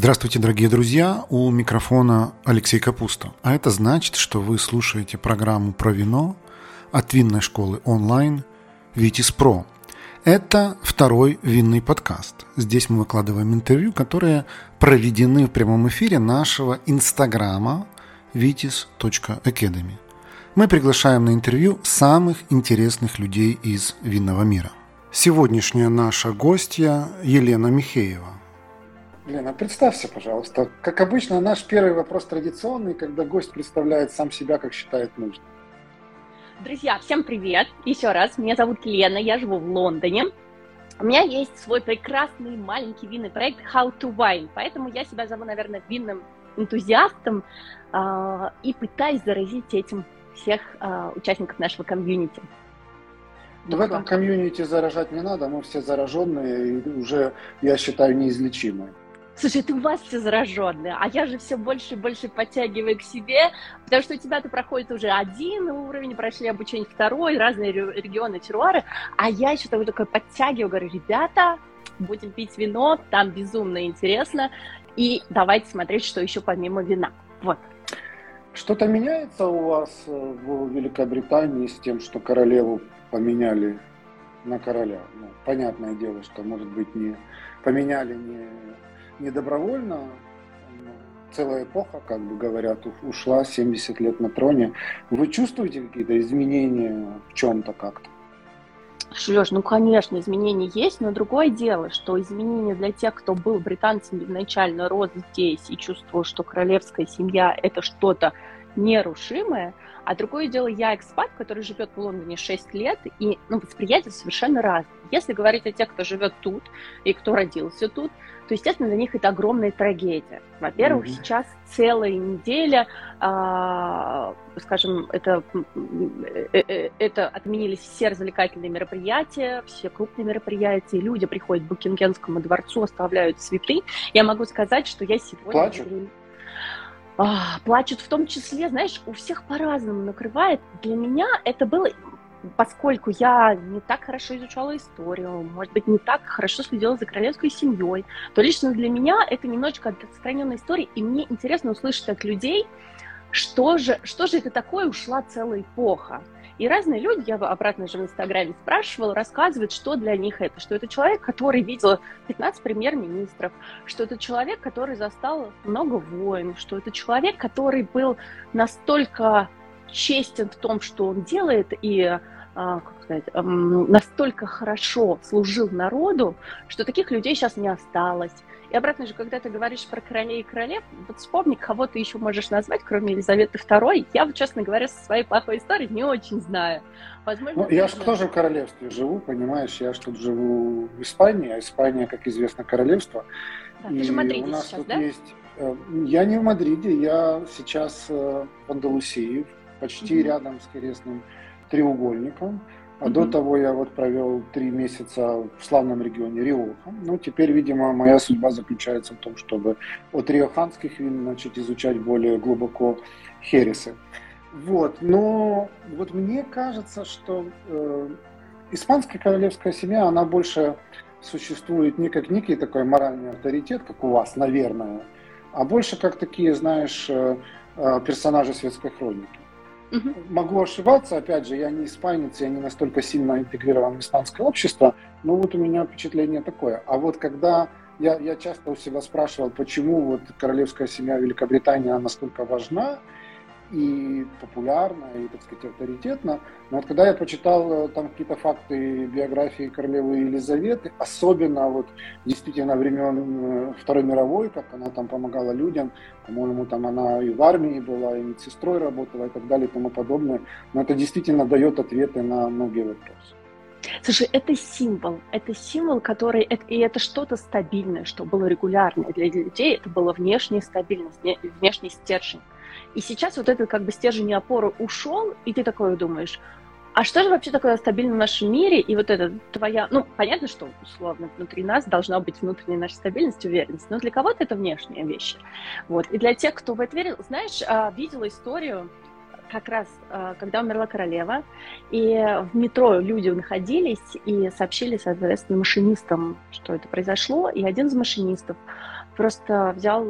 Здравствуйте, дорогие друзья! У микрофона Алексей Капуста. А это значит, что вы слушаете программу про вино от винной школы онлайн Vitis Pro. Это второй винный подкаст. Здесь мы выкладываем интервью, которые проведены в прямом эфире нашего инстаграма vitis.academy. Мы приглашаем на интервью самых интересных людей из винного мира. Сегодняшняя наша гостья Елена Михеева. Лена, представься, пожалуйста. Как обычно, наш первый вопрос традиционный, когда гость представляет сам себя, как считает нужным. Друзья, всем привет! Еще раз, меня зовут Лена, я живу в Лондоне. У меня есть свой прекрасный маленький винный проект How to Wine, поэтому я себя зову, наверное, винным энтузиастом и пытаюсь заразить этим всех участников нашего комьюнити. В этом комьюнити заражать не надо, мы все зараженные и уже, я считаю, неизлечимые. Слушай, ты у вас все зараженные, а я же все больше и больше подтягиваю к себе, потому что у тебя-то проходит уже один уровень, прошли обучение второй, разные регионы, терруары, а я еще такой подтягиваю, говорю, ребята, будем пить вино, там безумно интересно, и давайте смотреть, что еще помимо вина. Вот. Что-то меняется у вас в Великобритании с тем, что королеву поменяли на короля? Ну, понятное дело, что, может быть, не поменяли не добровольно, целая эпоха, как бы говорят, ушла, 70 лет на троне. Вы чувствуете какие-то изменения в чем-то как-то? Леш, ну, конечно, изменения есть, но другое дело, что изменения для тех, кто был британцем изначально, рос здесь и чувствовал, что королевская семья – это что-то нерушимое, а другое дело, я экспат, который живет в Лондоне 6 лет, и восприятие совершенно разное. Если говорить о тех, кто живет тут и кто родился тут, то, естественно, для них это огромная трагедия. Во-первых, сейчас целая неделя, скажем, это отменились все развлекательные мероприятия, все крупные мероприятия, люди приходят к Букингемскому дворцу, оставляют цветы. Я могу сказать, что я сегодня... Плачут? Плачут в том числе, знаешь, у всех по-разному накрывает. Для меня это было, поскольку я не так хорошо изучала историю, может быть, не так хорошо следила за королевской семьей, то лично для меня это немножечко отстраненная история, и мне интересно услышать от людей, что же это такое, ушла целая эпоха. И разные люди, я обратно же в Инстаграме спрашивала, рассказывают, что для них это. Что это человек, который видел 15 премьер-министров, что это человек, который застал много войн, что это человек, который был настолько честен в том, что он делает, и настолько хорошо служил народу, что таких людей сейчас не осталось. И обратно же, когда ты говоришь про королей и королев, вот вспомни, кого ты еще можешь назвать, кроме Елизаветы II. Я, вот, честно говоря, со своей плохой историей не очень знаю. Возможно, я же тоже в королевстве живу, понимаешь, я же тут живу в Испании, а Испания, как известно, королевство. Да, ты же в Мадриде у нас сейчас, тут да? Есть... Я не в Мадриде, я сейчас в Андалусии, почти рядом с Крестным треугольником. А до того я вот провел 3 месяца в славном регионе Риоха. Ну, теперь, видимо, моя судьба заключается в том, чтобы от риоханских вин начать изучать более глубоко хересы. Вот. Но вот мне кажется, что испанская королевская семья, она больше существует не как некий такой моральный авторитет, как у вас, наверное, а больше как такие, знаешь, персонажи светской хроники. Могу ошибаться, опять же, я не испанец, я не настолько сильно интегрирован в испанское общество, но вот у меня впечатление такое. А вот когда я часто у себя спрашивал, почему вот королевская семья Великобритании она настолько важна и популярна, и, так сказать, авторитетна, но вот когда я почитал там какие-то факты биографии королевы Елизаветы, особенно вот действительно времен Второй мировой, как она там помогала людям, по-моему, там она и в армии была, и медсестрой работала, и так далее, и тому подобное, но это действительно дает ответы на многие вопросы. Слушай, это символ, который, и это что-то стабильное, что было регулярное для людей, это была внешняя стабильность, внешний стержень. И сейчас вот этот как бы стержень и опора ушел, и ты такое думаешь, а что же вообще такое стабильно в нашем мире? И вот это твоя... Ну, понятно, что условно внутри нас должна быть внутренняя наша стабильность, уверенность, но для кого-то это внешние вещи. Вот. И для тех, кто в это верил, знаешь, видела историю, как раз, когда умерла королева, и в метро люди находились и сообщили, соответственно, машинистам, что это произошло, и один из машинистов просто взял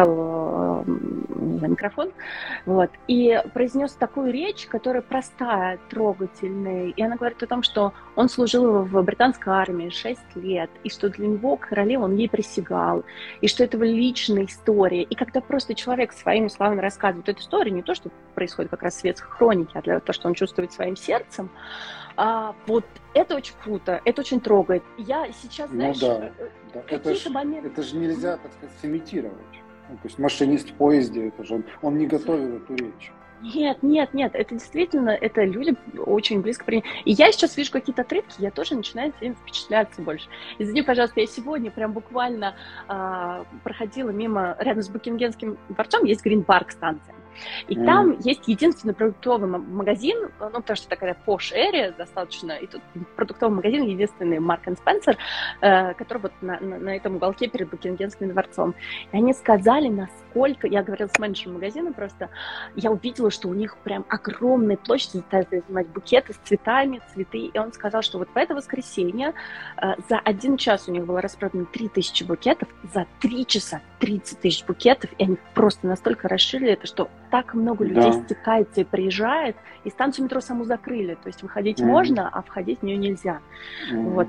микрофон, вот, и произнес такую речь, которая простая, трогательная, и она говорит о том, что он служил в британской армии 6 лет, и что для него королева, он ей присягал, и что это его личная история, и когда просто человек своими словами рассказывает эту историю, не то, что происходит как раз в светской хронике, а для того, что он чувствует своим сердцем, вот это очень круто, это очень трогает. Я сейчас, знаешь, какие-то моменты... Это же нельзя, так сказать, сымитировать. То есть машинист в поезде, это же он не готовил эту речь. Нет, это действительно, это люди очень близко приняли. И я сейчас вижу какие-то отрывки, я тоже начинаю этим впечатляться больше. Извини, пожалуйста, я сегодня прям буквально проходила мимо, рядом с Букингемским дворцом есть Грин-парк станция. И там есть единственный продуктовый магазин, ну, потому что такая posh area достаточно, и тут продуктовый магазин единственный Marks & Spencer, который вот на этом уголке перед Букингемским дворцом. И они сказали, насколько, я говорила с менеджером магазина просто, я увидела, что у них прям огромная площадь заставляют занимать букеты с цветами, цветы, и он сказал, что вот в это воскресенье за 1 час у них было распродано 3000 букетов, за 3 часа 30 тысяч букетов, и они просто настолько расширили это, что так много людей стекается и приезжает, и станцию метро саму закрыли, то есть выходить можно, а входить в нее нельзя. Вот,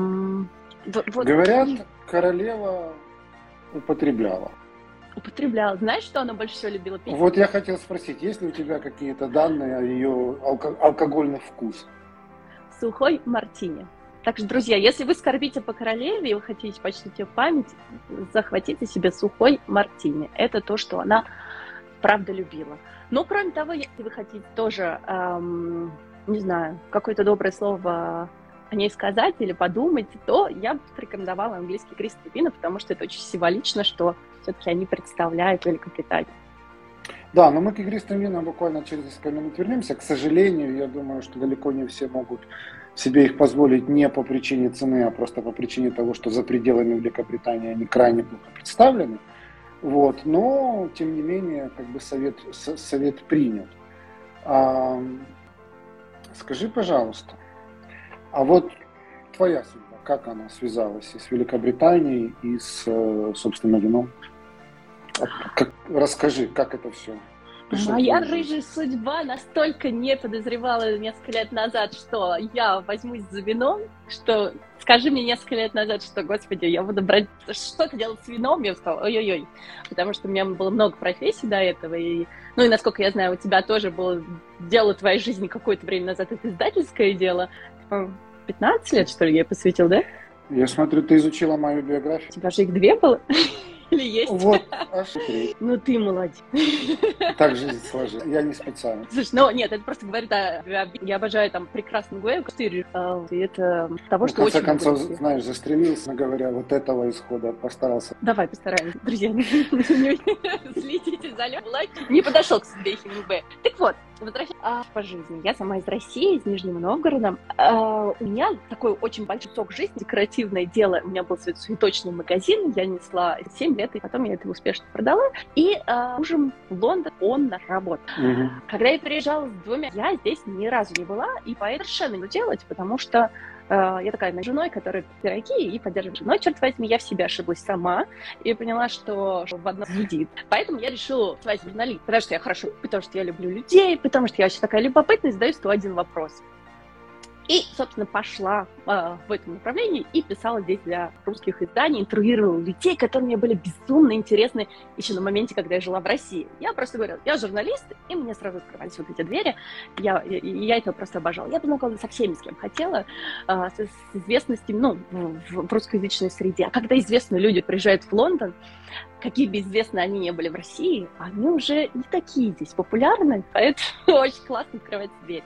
говорят, королева употребляла. Знаешь, что она больше всего любила пить? Вот я хотел спросить, есть ли у тебя какие-то данные о ее алкогольных вкусах? Сухой мартини. Так что, друзья, если вы скорбите по королеве и вы хотите почтить ее память, захватите себе сухой мартини. Это то, что она правда любила. Но, кроме того, если вы хотите тоже, не знаю, какое-то доброе слово о ней сказать или подумать, то я бы порекомендовала английский игристые вина, потому что это очень символично, что все-таки они представляют Великобританию. Да, но мы к игристым винам буквально через несколько минут вернемся. К сожалению, я думаю, что далеко не все могут себе их позволить не по причине цены, а просто по причине того, что за пределами Великобритании они крайне плохо представлены. Вот, но, тем не менее, как бы совет принят. Скажи, пожалуйста, а вот твоя судьба, как она связалась и с Великобританией, и с, собственно, вином? Расскажи, как это все? Моя рыжая судьба настолько не подозревала несколько лет назад, что я возьмусь за вином, что скажи мне несколько лет назад, что, господи, я буду брать что-то делать с вином, я бы сказала, ой-ой-ой, потому что у меня было много профессий до этого, и, ну и насколько я знаю, у тебя тоже было дело твоей жизни какое-то время назад, это издательское дело, 15 лет, что ли, я посвятил, да? Я смотрю, ты изучила мою биографию. У тебя же их 2 было? Или есть? Вот, аж 3. Ну ты молодец. Так жизнь сложилась. Я не специально. Слушай, ну нет, это просто говорит я обожаю там прекрасную Гуэю, 4, и это того, что очень... В конце концов, знаешь, застремился, говоря, вот этого исхода постарался. Давай постараемся, друзья, следите за лайк. Не подошел к себе Хемингуэй. Так вот, возвращаясь по жизни. Я сама из России, из Нижнего Новгорода. У меня такой очень большой сок жизни, декоративное дело. У меня был цветочный магазин, я несла 7 лет, и потом я это успешно продала. И мужем в Лондон он работал. Когда я приезжала с 2, я здесь ни разу не была, и поэтому совершенно не делать, потому что я такая женой, которая пироги и поддерживает. Но, черт возьми, я в себя ошиблась сама и поняла, что в одном зудит. Поэтому я решила стать журналистом, потому что я хорошо, потому что я люблю людей, потому что я вообще такая любопытная, задаю 101 вопрос. И, собственно, пошла в этом направлении и писала здесь для русских изданий, интервьюировала людей, которые мне были безумно интересны еще на моменте, когда я жила в России. Я просто говорила, я журналист, и мне сразу открывались вот эти двери. Я это просто обожала. Я познакомилась со всеми, с кем хотела, с известностями, ну, в русскоязычной среде. А когда известные люди приезжают в Лондон, какие бы известные они не были в России, они уже не такие здесь популярны, поэтому очень классно открывается дверь.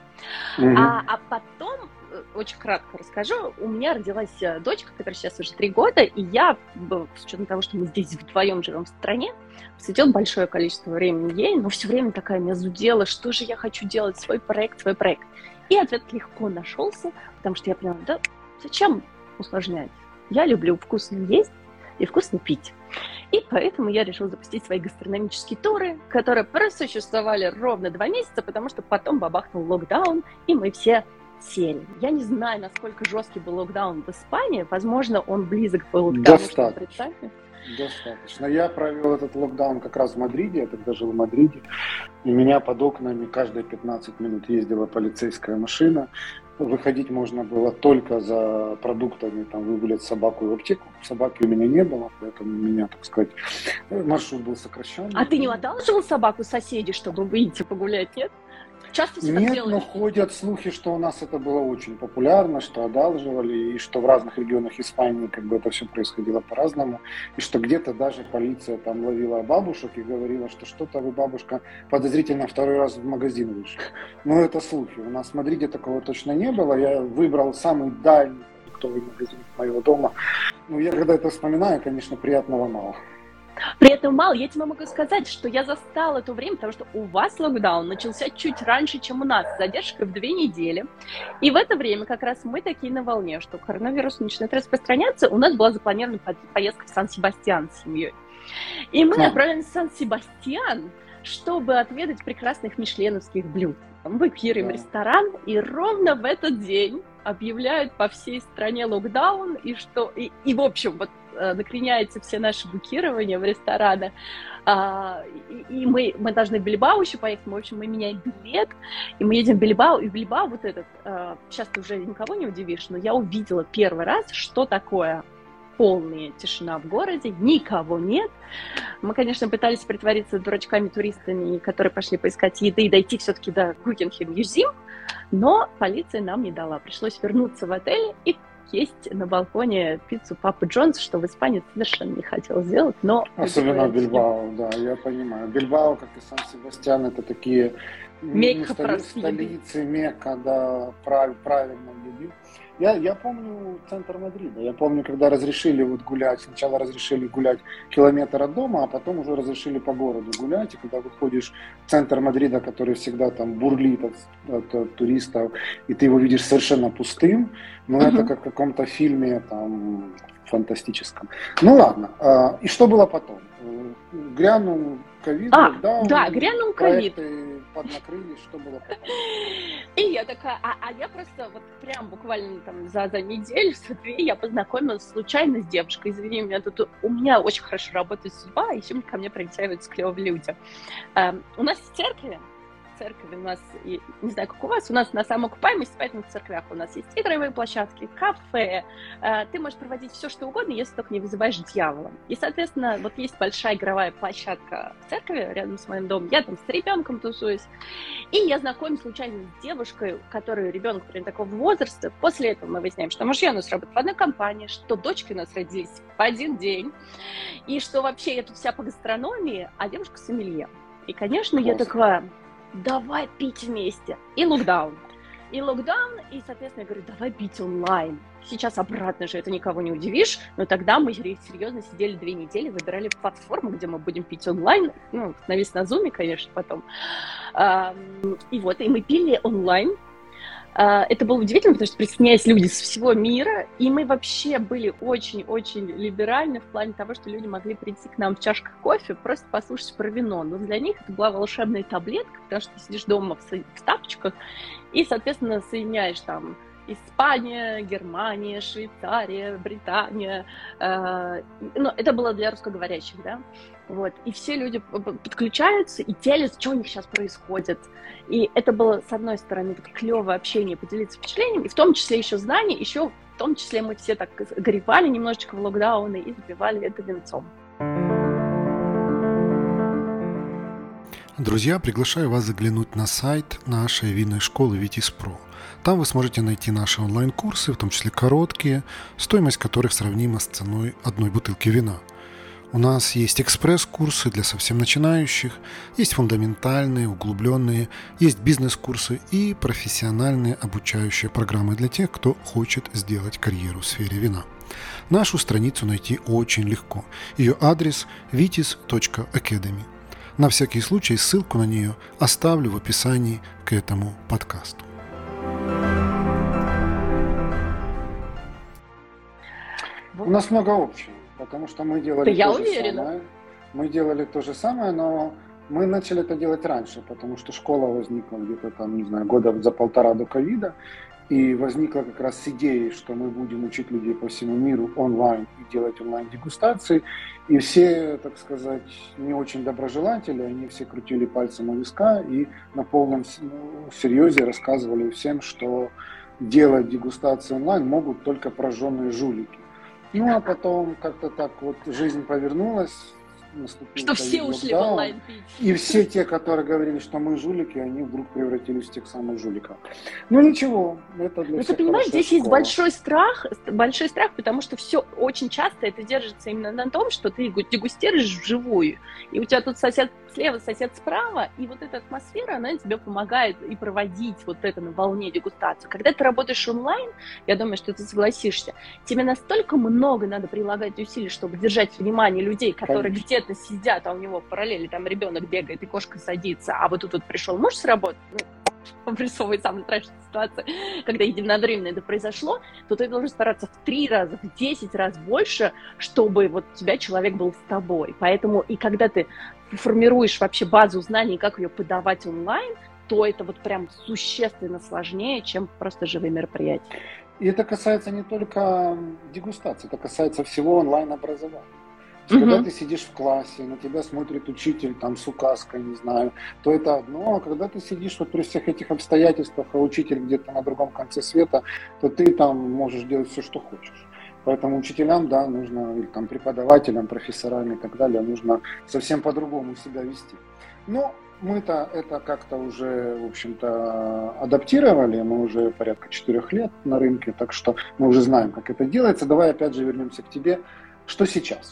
А потом, очень кратко расскажу, у меня родилась дочка, которая сейчас уже 3 года, и я, с учетом того, что мы здесь вдвоем живем в стране, посвятила большое количество времени ей, но все время такая меня зудела, что же я хочу делать, свой проект. И ответ легко нашелся, потому что я поняла, да зачем усложнять? Я люблю вкусно есть и вкусно пить. И поэтому я решила запустить свои гастрономические туры, которые просуществовали ровно 2 месяца, потому что потом бабахнул локдаун, и мы все сели. Я не знаю, насколько жесткий был локдаун в Испании. Возможно, он близок был к тому, что представьте. Достаточно. Я провел этот локдаун как раз в Мадриде, я тогда жил в Мадриде, и меня под окнами каждые 15 минут ездила полицейская машина. Выходить можно было только за продуктами, там, выгулять собаку в аптеку. Собаки у меня не было, поэтому у меня, так сказать, маршрут был сокращен. А ты не одалживал собаку соседей, чтобы выйти погулять, нет? Часто все так Нет, делали? но ходят слухи, что у нас это было очень популярно, что одалживали, и что в разных регионах Испании как бы это все происходило по-разному, и что где-то даже полиция там ловила бабушек и говорила, что что-то вы, бабушка, подозрительно второй раз в магазин вышли. Но это слухи. У нас в Мадриде такого точно не было. Я выбрал самый дальний продуктовый магазин моего дома. Ну, я когда это вспоминаю, конечно, приятного мало. При этом мало, я тебе могу сказать, что я застала то время, потому что у вас локдаун начался чуть раньше, чем у нас, с задержкой в 2 недели. И в это время как раз мы такие на волне, что коронавирус начинает распространяться. У нас была запланирована поездка в Сан-Себастьян с семьей. И мы отправились в Сан-Себастьян, чтобы отведать прекрасных мишленовских блюд. Мы эвакуируем ресторан, и ровно в этот день объявляют по всей стране локдаун, и в общем, вот накреняются все наши букирования в ресторанах, и мы должны в Бильбао еще поехать, в общем, мы меняем билет, и мы едем в Бильбао, и в Бильбао вот этот, сейчас ты уже никого не удивишь, но я увидела первый раз, что такое полная тишина в городе, никого нет. Мы, конечно, пытались притвориться дурачками-туристами, которые пошли поискать еды и дойти все-таки до Guggenheim Museum, но полиция нам не дала. Пришлось вернуться в отель и есть на балконе пиццу Папы Джонс, что в Испании совершенно не хотел сделать, но... Особенно в Бильбао, да, я понимаю. Бильбао, как и Сан-Себастьян, это такие столицы, Мекка, да, правильно еды. Я помню центр Мадрида. Я помню, когда разрешили вот гулять. Сначала разрешили гулять километр от дома, а потом уже разрешили по городу гулять. И когда выходишь в центр Мадрида, который всегда там бурлит от туристов, и ты его видишь совершенно пустым, ну это как в каком-то фильме там фантастическом. Ну ладно. И что было потом? Грянул ковид, да, грянул ковид. Поднакрыли, что было потом? И я такая, я просто вот прям буквально там за неделю, за 2 я познакомилась случайно с девушкой. Извини, у меня очень хорошо работает судьба, и еще ко мне притягиваются клевые люди. У нас в церкви у нас, не знаю, как у вас на самоокупаемости, поэтому в церквях у нас есть игровые площадки, кафе. Ты можешь проводить все, что угодно, если только не вызываешь дьявола. И, соответственно, вот есть большая игровая площадка в церкви рядом с моим домом. Я там с ребенком тусуюсь. И я знакомлюсь случайно с девушкой, у которой ребенок примерно такого возраста. После этого мы выясняем, что мужья у нас работают в одной компании, что дочки у нас родились в один день, и что вообще я тут вся по гастрономии, а девушка сомелье. И, конечно, я такая... Давай пить вместе. И локдаун, и, соответственно, я говорю, давай пить онлайн. Сейчас обратно же это никого не удивишь, но тогда мы серьезно сидели 2 недели, выбирали платформу, где мы будем пить онлайн, навес на зуме, конечно, потом. И мы пили онлайн. Это было удивительно, потому что присоединялись люди со всего мира, и мы вообще были очень-очень либеральны в плане того, что люди могли прийти к нам в чашках кофе, просто послушать про вино. Но для них это была волшебная таблетка, потому что ты сидишь дома в тапочках и, соответственно, соединяешь там Испания, Германия, Швейцария, Британия. Но это было для русскоговорящих, да. Вот. И все люди подключаются и делятся, что у них сейчас происходит. И это было, с одной стороны, клевое общение, поделиться впечатлением, и в том числе еще знания, еще в том числе мы все так горевали немножечко в локдауны и запивали это винцом. Друзья, приглашаю вас заглянуть на сайт нашей винной школы Vitis.Pro. Там вы сможете найти наши онлайн-курсы, в том числе короткие, стоимость которых сравнима с ценой одной бутылки вина. У нас есть экспресс-курсы для совсем начинающих, есть фундаментальные, углубленные, есть бизнес-курсы и профессиональные обучающие программы для тех, кто хочет сделать карьеру в сфере вина. Нашу страницу найти очень легко. Ее адрес vitis.academy. На всякий случай ссылку на нее оставлю в описании к этому подкасту. У нас много общего, потому что мы делали самое. Мы делали то же самое, но мы начали это делать раньше, потому что школа возникла где-то там, не знаю, года за 1,5 до ковида. И возникла как раз с идеей, что мы будем учить людей по всему миру онлайн и делать онлайн-дегустации. И все, так сказать, не очень доброжелатели, они все крутили пальцем у виска и на полном серьезе рассказывали всем, что делать дегустации онлайн могут только прожженные жулики. Ну а потом как-то так вот жизнь повернулась. Что все ушли в онлайн пить. И все те, которые говорили, что мы жулики, они вдруг превратились в тех самых жуликов. Ну ничего, это для всех. Ты понимаешь, здесь школа. есть большой страх, потому что все очень часто это держится именно на том, что ты дегустируешь вживую. И у тебя тут сосед слева, сосед справа, и вот эта атмосфера, она тебе помогает и проводить вот это на волне дегустацию. Когда ты работаешь онлайн, я думаю, что ты согласишься, тебе настолько много надо прилагать усилий, чтобы держать внимание людей, которые где-то сидят, а у него в параллели там ребенок бегает и кошка садится, а вот тут вот пришел муж с работы, обрисовывает самую страшную ситуацию, когда единовременно это произошло, то ты должен стараться в 3 раза, в 10 раз больше, чтобы вот у тебя человек был с тобой. Поэтому и когда ты формируешь вообще базу знаний, как ее подавать онлайн, то это вот прям существенно сложнее, чем просто живые мероприятия. И это касается не только дегустации, это касается всего онлайн-образования. Когда ты сидишь в классе, на тебя смотрит учитель там с указкой, не знаю, то это одно. А когда ты сидишь вот при всех этих обстоятельствах, а учитель где-то на другом конце света, то ты там можешь делать все, что хочешь. Поэтому учителям, да, нужно, или там преподавателям, профессорам и так далее, нужно совсем по-другому себя вести. Но мы-то это как-то уже, в общем-то, адаптировали, мы уже порядка 4 лет на рынке, так что мы уже знаем, как это делается. Давай опять же вернемся к тебе. Что сейчас?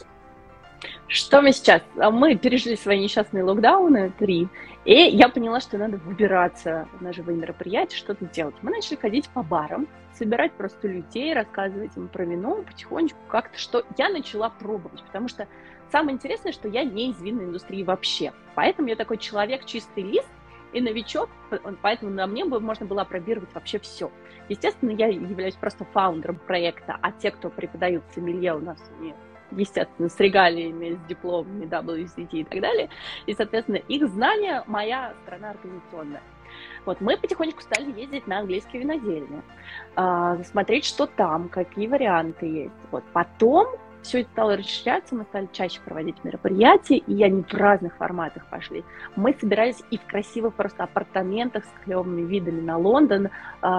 Что мы сейчас? Мы пережили свои несчастные локдауны 3, и я поняла, что надо выбираться на живые мероприятия, что-то делать. Мы начали ходить по барам, собирать просто людей, рассказывать им про вино, потихонечку как-то, что я начала пробовать, потому что самое интересное, что я не из винной индустрии вообще. Поэтому я такой человек чистый лист и новичок, поэтому на мне можно было опробировать вообще все. Естественно, я являюсь просто фаундером проекта, а те, кто преподают сомелье у нас, естественно, с регалиями, с дипломами, WCT и так далее. И, соответственно, их знания – моя сторона организационная. Вот, мы потихонечку стали ездить на английские винодельни, смотреть, что там, какие варианты есть. Вот, потом все это стало расширяться, мы стали чаще проводить мероприятия, и они в разных форматах пошли. Мы собирались и в красивых просто апартаментах с клевыми видами на Лондон.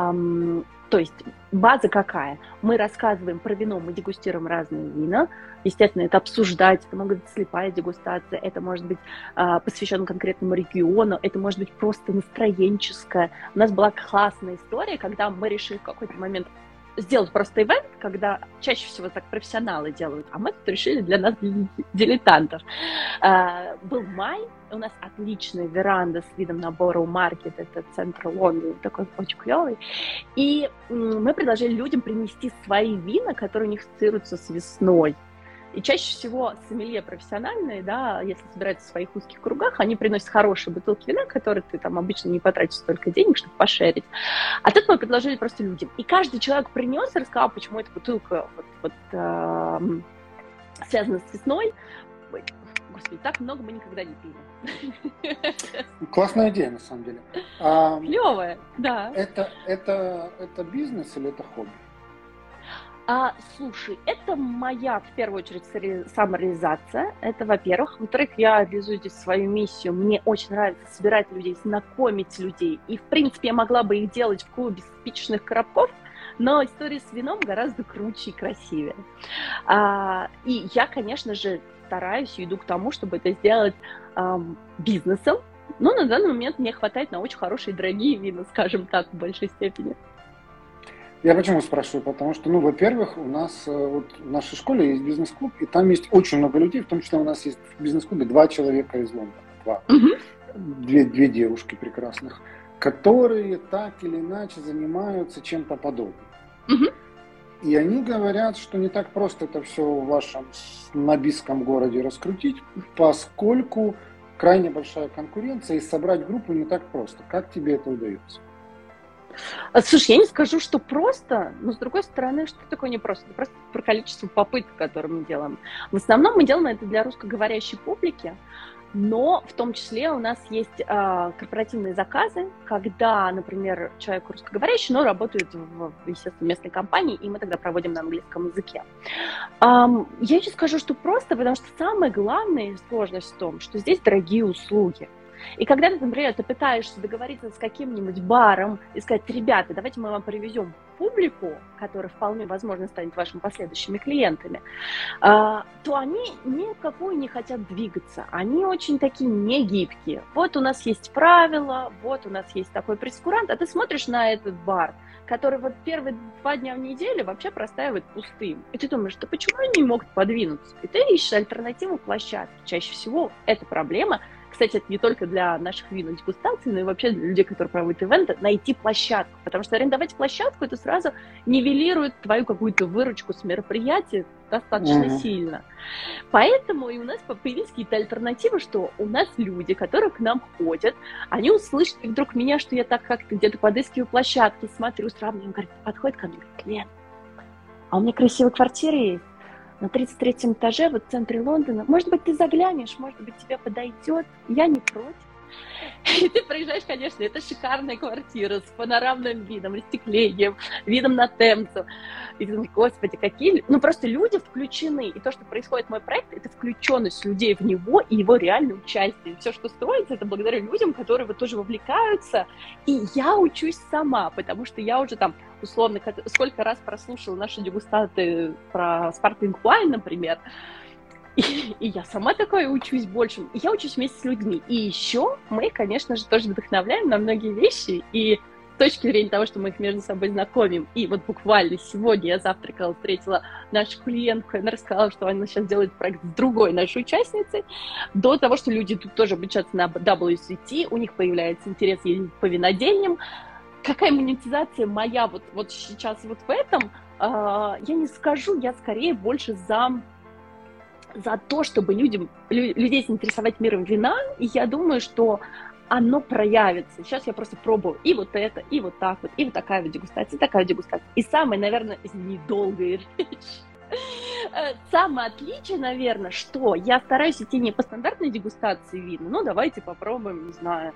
То есть база какая? Мы рассказываем про вино, мы дегустируем разные вина. Естественно, это обсуждать, это может быть слепая дегустация, это может быть посвящено конкретному региону, это может быть просто настроенческое. У нас была классная история, когда мы решили в какой-то момент сделать просто ивент, когда чаще всего так профессионалы делают, а мы тут решили для нас, дилетантов. Был май, у нас отличная веранда с видом на Бороу-маркет, это центр Лондона, такой очень клевый. И мы предложили людям принести свои вина, которые у них ассоциируются с весной. И чаще всего сомелье профессиональные, да, если собираются в своих узких кругах, они приносят хорошие бутылки вина, которые ты там обычно не потратишь столько денег, чтобы пошерить. А тут мы предложили просто людям. И каждый человек принес и рассказал, почему эта бутылка связана с весной. Ой, господи, так много мы никогда не пили. Классная идея, на самом деле. Клевая, да. Это бизнес или это хобби? Слушай, это моя, в первую очередь, самореализация. Это, во-первых. Во-вторых, я реализую здесь свою миссию. Мне очень нравится собирать людей, знакомить людей. И, в принципе, я могла бы их делать в клубе спичечных коробков, но история с вином гораздо круче и красивее. И я, конечно же, стараюсь и иду к тому, чтобы это сделать бизнесом. Но на данный момент мне хватает на очень хорошие дорогие вина, скажем так, в большей степени. Я почему спрашиваю? Потому что, во-первых, у нас вот в нашей школе есть бизнес-клуб, и там есть очень много людей, в том числе у нас есть в бизнес-клубе 2 человека из Лондона, две девушки прекрасных, которые так или иначе занимаются чем-то подобным. И они говорят, что не так просто это все в вашем набийском городе раскрутить, поскольку крайне большая конкуренция, и собрать группу не так просто. Как тебе это удается? Слушай, я не скажу, что просто, но с другой стороны, что такое непросто? Это просто про количество попыток, которые мы делаем. В основном мы делаем это для русскоговорящей публики, Но в том числе у нас есть корпоративные заказы, когда, например, человек русскоговорящий, но работает в, естественно, местной компании, и мы тогда проводим на английском языке. Я еще скажу, что просто, потому что самая главная сложность в том, что здесь дорогие услуги. И когда, например, ты пытаешься договориться с каким-нибудь баром и сказать: ребята, давайте мы вам привезем публику, которая вполне возможно станет вашими последующими клиентами, то они никакой не хотят двигаться. Они очень такие негибкие. Вот у нас есть правила, вот у нас есть такой прейскурант, а ты смотришь на этот бар, который вот первые 2 дня в неделю вообще простаивает пустым. И ты думаешь, да почему они не могут подвинуться? И ты ищешь альтернативу площадке. Чаще всего эта проблема. Кстати, это не только для наших винных дегустаций, но и вообще для людей, которые проводят ивенты, найти площадку. Потому что арендовать площадку, это сразу нивелирует твою какую-то выручку с мероприятия достаточно сильно. Поэтому и у нас появились какие-то альтернативы, что у нас люди, которые к нам ходят, они услышат вдруг меня, что я так как-то где-то подыскиваю площадки, смотрю, сравниваю, говорит, подходит ко мне, говорит: Лен, а у меня красивая квартира есть на 33-м этаже, вот в центре Лондона. Может быть, ты заглянешь, может быть, тебе подойдет. Я не против. И ты приезжаешь, конечно, это шикарная квартира с панорамным видом, остеклением, видом на Темзу. И ты думаешь, господи, какие... Ну, просто люди включены. И то, что происходит в мой проект, это включенность людей в него и его реальное участие. Все, что строится, это благодаря людям, которые вот тоже вовлекаются. И я учусь сама, потому что я уже там, условно, сколько раз прослушала наши дегустаты про Sparkling Wine, например, и я сама такое учусь больше. И я учусь вместе с людьми. И еще мы, конечно же, тоже вдохновляем на многие вещи. И с точки зрения того, что мы их между собой знакомим. И вот буквально сегодня я завтракала, встретила нашу клиентку, и она рассказала, что она сейчас делает проект с другой нашей участницей. До того, что люди тут тоже обучаются на WCT, у них появляется интерес ездить по винодельням. Какая монетизация моя вот сейчас вот в этом, я не скажу, я скорее больше за то, чтобы людей заинтересовать миром вина, и я думаю, что оно проявится. Сейчас я просто пробую и вот это, и вот так вот, и вот такая вот дегустация, и такая дегустация. И самое, наверное, недолгая речь. Самое отличие, наверное, что я стараюсь идти не по стандартной дегустации вина, ну, давайте попробуем, не знаю,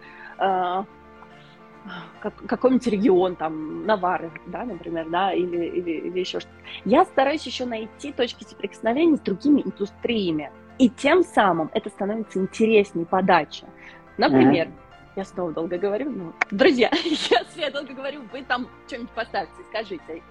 какой-нибудь регион, там, Наварры, да, например, да, или еще что-то. Я стараюсь еще найти точки соприкосновения с другими индустриями, и тем самым это становится интереснее подача. Например, я снова долго говорю, но, друзья, я долго говорю, вы там что-нибудь поставьте, скажите.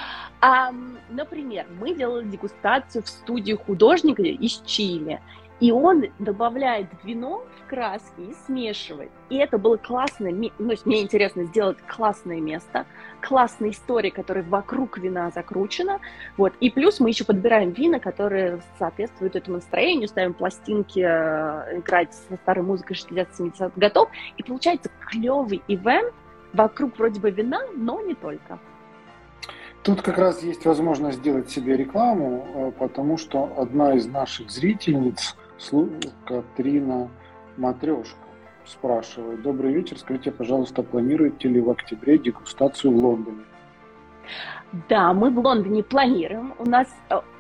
Например, мы делали дегустацию в студии художника из Чили. И он добавляет вино в краски и смешивает. И это было классно. Ну, мне интересно сделать классное место, классная история, которая вокруг вина закручена. Вот. И плюс мы еще подбираем вина, которые соответствуют этому настроению, ставим пластинки, играть со старой музыкой 60-70-х годов. И получается клевый ивент вокруг вроде бы вина, но не только. Тут как раз есть возможность сделать себе рекламу, потому что одна из наших зрительниц, Катрина Матрешка, спрашивает: добрый вечер, скажите, пожалуйста, планируете ли в октябре дегустацию в Лондоне? Да, мы в Лондоне планируем. У нас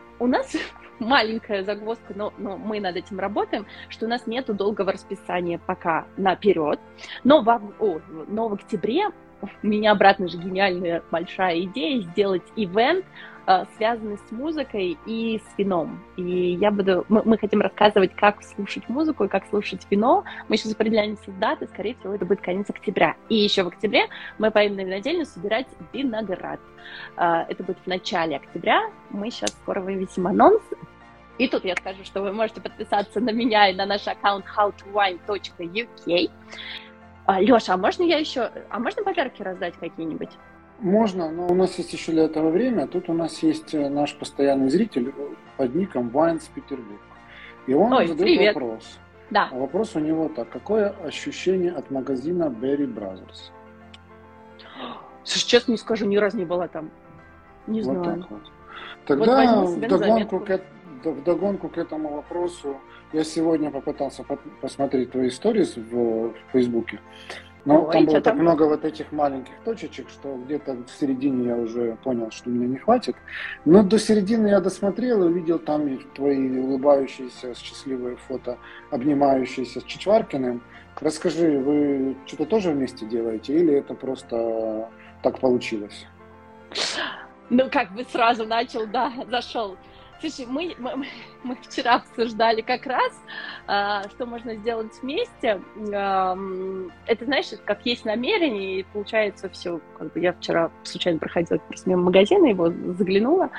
маленькая загвоздка, но мы над этим работаем, что у нас нету долгого расписания пока наперед. Но в октябре у меня обратно же гениальная большая идея сделать ивент, связанный с музыкой и с вином. И мы хотим рассказывать, как слушать музыку и как слушать вино. Мы сейчас определяемся с датой, скорее всего, это будет конец октября. И еще в октябре мы поедем на винодельню собирать виноград. Это будет в начале октября. Мы сейчас скоро вывесим анонс. И тут я скажу, что вы можете подписаться на меня и на наш аккаунт howtowine.uk. Леша, можно подарки раздать какие-нибудь? Можно, но у нас есть еще для этого время. Тут у нас есть наш постоянный зритель под ником Wines Петербург. И он задает вопрос. Да. Вопрос у него так: какое ощущение от магазина Berry Brothers? Слушай, честно не скажу, ни разу не была там. Не вот знаю. Так вот. Тогда вдогонку к этому вопросу я сегодня попытался посмотреть твои сторис в Фейсбуке. Но Ой, там было что так там? много вот этих маленьких точечек, что где-то в середине я уже понял, что мне не хватит. Но до середины я досмотрел и увидел там и твои улыбающиеся, счастливые фото, обнимающиеся с Чичваркиным. Расскажи, вы что-то тоже вместе делаете или это просто так получилось? Ну, как бы сразу начал, да, зашел. Слушай, мы вчера обсуждали как раз, что можно сделать вместе. Это, знаешь, как есть намерение, и получается все. Как бы я вчера случайно проходила просто мимо магазина, его заглянула.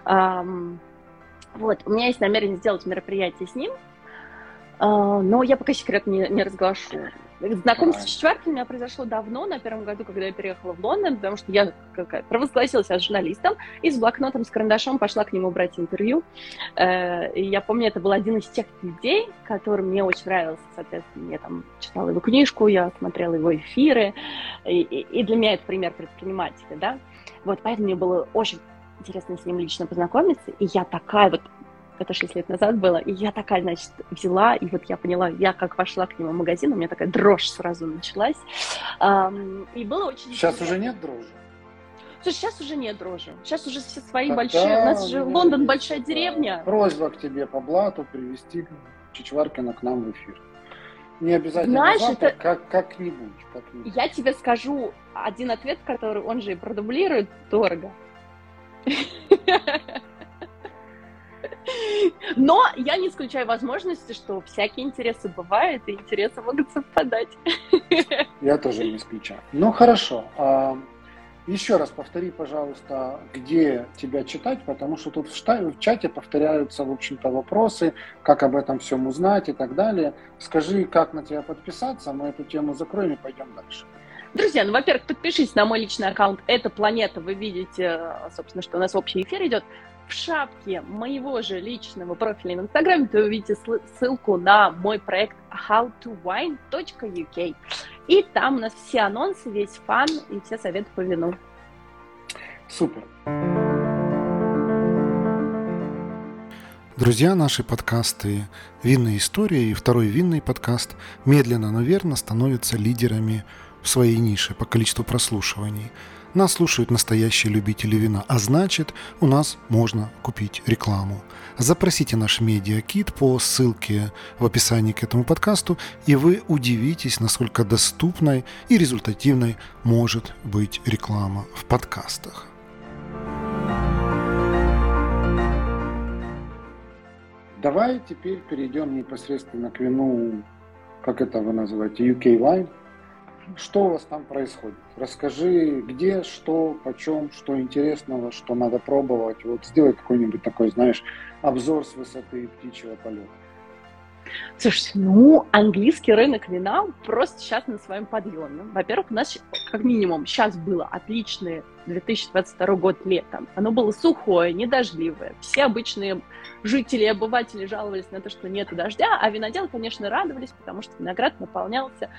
Вот, у меня есть намерение сделать мероприятие с ним, но я пока секрет не разглашу. Знакомство с Чичваркиным у меня произошло давно, на первом году, когда я переехала в Лондон, потому что я провозгласила себя журналистом и с блокнотом, с карандашом пошла к нему брать интервью. И я помню, это был один из тех людей, который мне очень нравился. Соответственно, я там читала его книжку, я смотрела его эфиры, и для меня это пример предпринимателя, да. Вот, поэтому мне было очень интересно с ним лично познакомиться, и я такая вот, это 6 лет назад было, и я такая, значит, взяла, и вот я поняла, я как вошла к нему в магазин, у меня такая дрожь сразу началась, и было очень Сейчас интересно. уже нет дрожи? Слушай, сейчас уже нет дрожи, сейчас уже все свои Тогда большие, у нас же у меня Лондон есть большая деревня. Просьба к тебе по блату привести Чичваркина к нам в эфир. Не обязательно Знаешь, завтра, это... как-нибудь. Я тебе скажу один ответ, который он же и продублирует, дорого. Но я не исключаю возможности, что всякие интересы бывают, и интересы могут совпадать. Я тоже не исключаю. Ну, хорошо. Еще раз повтори, пожалуйста, где тебя читать, потому что тут в чате повторяются, в общем-то, вопросы, как об этом всем узнать и так далее. Скажи, как на тебя подписаться, мы эту тему закроем и пойдем дальше. Друзья, ну, во-первых, подпишитесь на мой личный аккаунт «Это планета». Вы видите, собственно, что у нас общий эфир идет. В шапке моего же личного профиля в Инстаграме вы увидите ссылку на мой проект howtowine.uk. И там у нас все анонсы, весь фан и все советы по вину. Супер. Друзья, наши подкасты «Винная история» и второй винный подкаст медленно, но верно становятся лидерами в своей нише по количеству прослушиваний. Нас слушают настоящие любители вина, а значит, у нас можно купить рекламу. Запросите наш медиакит по ссылке в описании к этому подкасту, и вы удивитесь, насколько доступной и результативной может быть реклама в подкастах. Давай теперь перейдем непосредственно к вину, как это вы называете, UK Wine. Что у вас там происходит? Расскажи, где, что, почем, что интересного, что надо пробовать. Вот сделай какой-нибудь такой, знаешь, обзор с высоты птичьего полета. Слушайте, ну, английский рынок вина просто сейчас на своем подъеме. Во-первых, у нас, как минимум, сейчас было отличное 2022 год летом. Оно было сухое, недождливое. Все обычные жители и обыватели жаловались на то, что нету дождя, а виноделы, конечно, радовались, потому что виноград наполнялся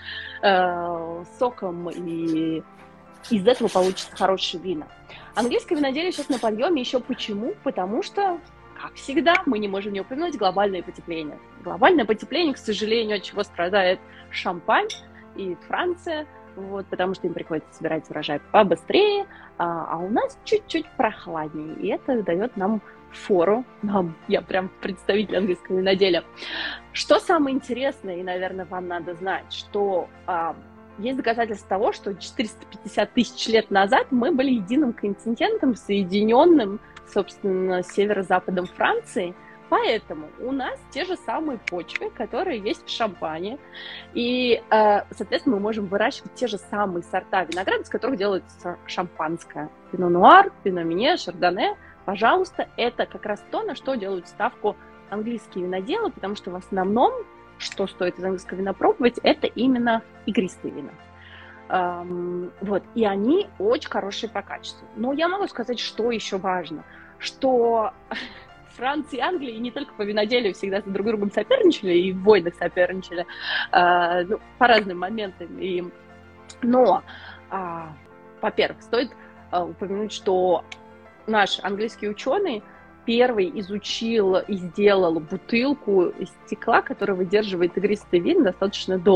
соком, и из этого получится хорошие вина. Английское виноделие сейчас на подъеме. Еще почему? Потому что, как всегда, мы не можем не упомянуть глобальное потепление. Глобальное потепление, к сожалению, от чего страдает Шампань и Франция, вот, потому что им приходится собирать урожай побыстрее, а у нас чуть-чуть прохладнее, и это дает нам фору, я прям представитель английского виноделия. Что самое интересное, и, наверное, вам надо знать, что есть доказательства того, что 450 тысяч лет назад мы были единым континентом, соединенным, собственно, с северо-западом Франции, поэтому у нас те же самые почвы, которые есть в Шампане, и, соответственно, мы можем выращивать те же самые сорта винограда, из которых делается шампанское. Пино-нуар, пино-минье, шардоне. Пожалуйста, это как раз то, на что делают ставку английские виноделы, потому что в основном, что стоит из английского вина пробовать, это именно игристые вина. Вот, и они очень хорошие по качеству. Но я могу сказать, что еще важно, что Франция и Англия, и не только по виноделию, всегда друг с другом соперничали, и в войнах соперничали, по разным моментам. Но, во-первых, стоит упомянуть, что наш английский ученый первый изучил и сделал бутылку из стекла, которая выдерживает игристый вин достаточно долго.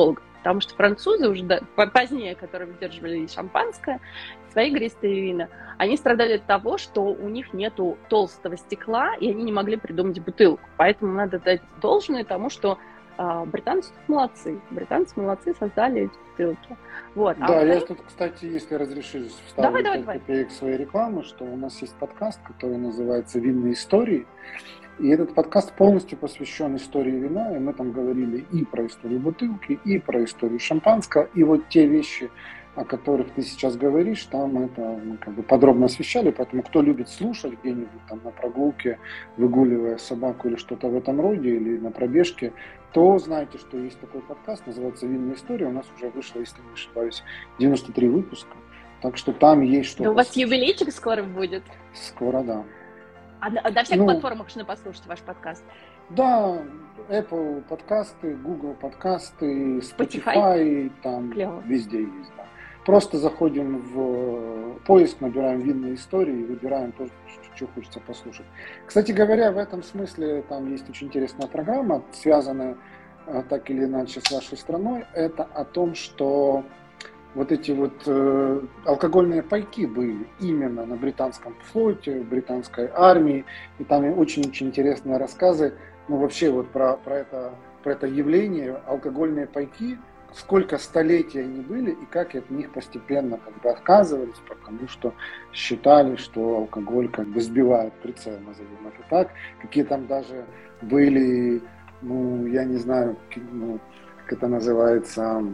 потому что французы уже позднее, которые выдерживали шампанское, свои игристые вина, они страдали от того, что у них нету толстого стекла, и они не могли придумать бутылку. Поэтому надо дать должное тому, что британцы молодцы. Британцы молодцы, создали эти бутылки. Вот. Да, я тут, кстати, если разрешишь, вставлю копеек своей рекламы, что у нас есть подкаст, который называется «Винные истории». И этот подкаст полностью посвящен истории вина, и мы там говорили и про историю бутылки, и про историю шампанского, и вот те вещи, о которых ты сейчас говоришь, там это мы как бы подробно освещали, поэтому кто любит слушать где-нибудь там на прогулке, выгуливая собаку или что-то в этом роде, или на пробежке, то знаете, что есть такой подкаст, называется «Винная история», у нас уже вышло, если не ошибаюсь, 93 выпуска, так что там есть что-то. У вас юбилейчик скоро будет? Скоро, да. А на всех платформах можно послушать ваш подкаст? Да, Apple подкасты, Google подкасты, Spotify, там Клево. Везде есть, да. Просто заходим в поиск, набираем «Винные истории» и выбираем то, что хочется послушать. Кстати говоря, в этом смысле там есть очень интересная программа, связанная так или иначе с вашей страной. Это о том, что вот эти вот алкогольные пайки были именно на британском флоте, британской армии. И там очень-очень интересные рассказы, ну вообще вот про это явление, алкогольные пайки, сколько столетий они были и как от них постепенно как бы отказывались, потому что считали, что алкоголь как бы сбивает прицел, назовем это так. Какие там даже были, ну я не знаю, как это называется,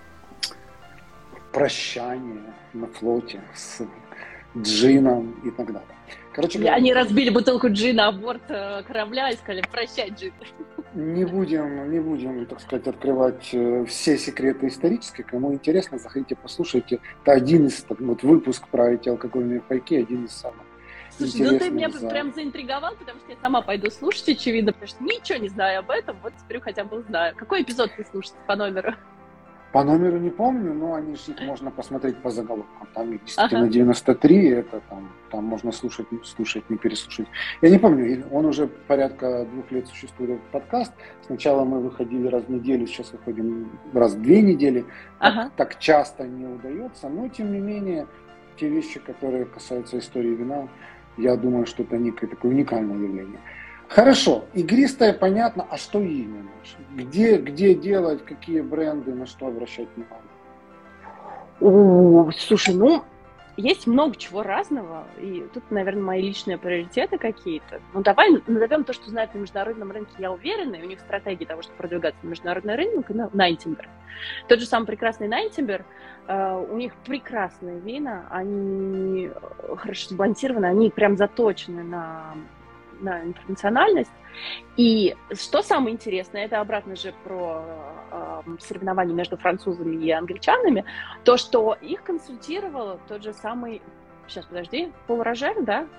прощание на флоте с джином и так далее. Короче говоря, они разбили бутылку джина о борт корабля и сказали: прощай, джин. Не будем, так сказать, открывать все секреты исторические. Кому интересно, заходите, послушайте. Это один из, вот выпуск про эти алкогольные пайки, один из самых интересных. Ну ты меня прям заинтриговал, потому что я сама пойду слушать, очевидно, потому что ничего не знаю об этом, вот теперь хотя бы знаю. Какой эпизод вы слушаете по номеру? По номеру не помню, но их можно посмотреть по заголовкам. Там их действительно 93, это там можно слушать, не переслушать. Я не помню, он уже порядка 2 лет существует, этот подкаст. Сначала мы выходили раз в неделю, сейчас выходим раз в 2 недели. Так часто не удается, но тем не менее, те вещи, которые касаются истории вина, я думаю, что это некое такое уникальное явление. Хорошо, игристое понятно, а что именно? Где делать, какие бренды, на что обращать внимание? Слушай, есть много чего разного, и тут, наверное, мои личные приоритеты какие-то. Давай назовем то, что знают на международном рынке, я уверена, и у них стратегия того, чтобы продвигаться на международный рынок, Найтингер. Тот же самый прекрасный Найтингер, у них прекрасные вина, они хорошо сбалансированы, они прям заточены на интернациональность. И что самое интересное, это обратно же про соревнования между французами и англичанами, то, что их консультировал тот же самый, Пол Рожер,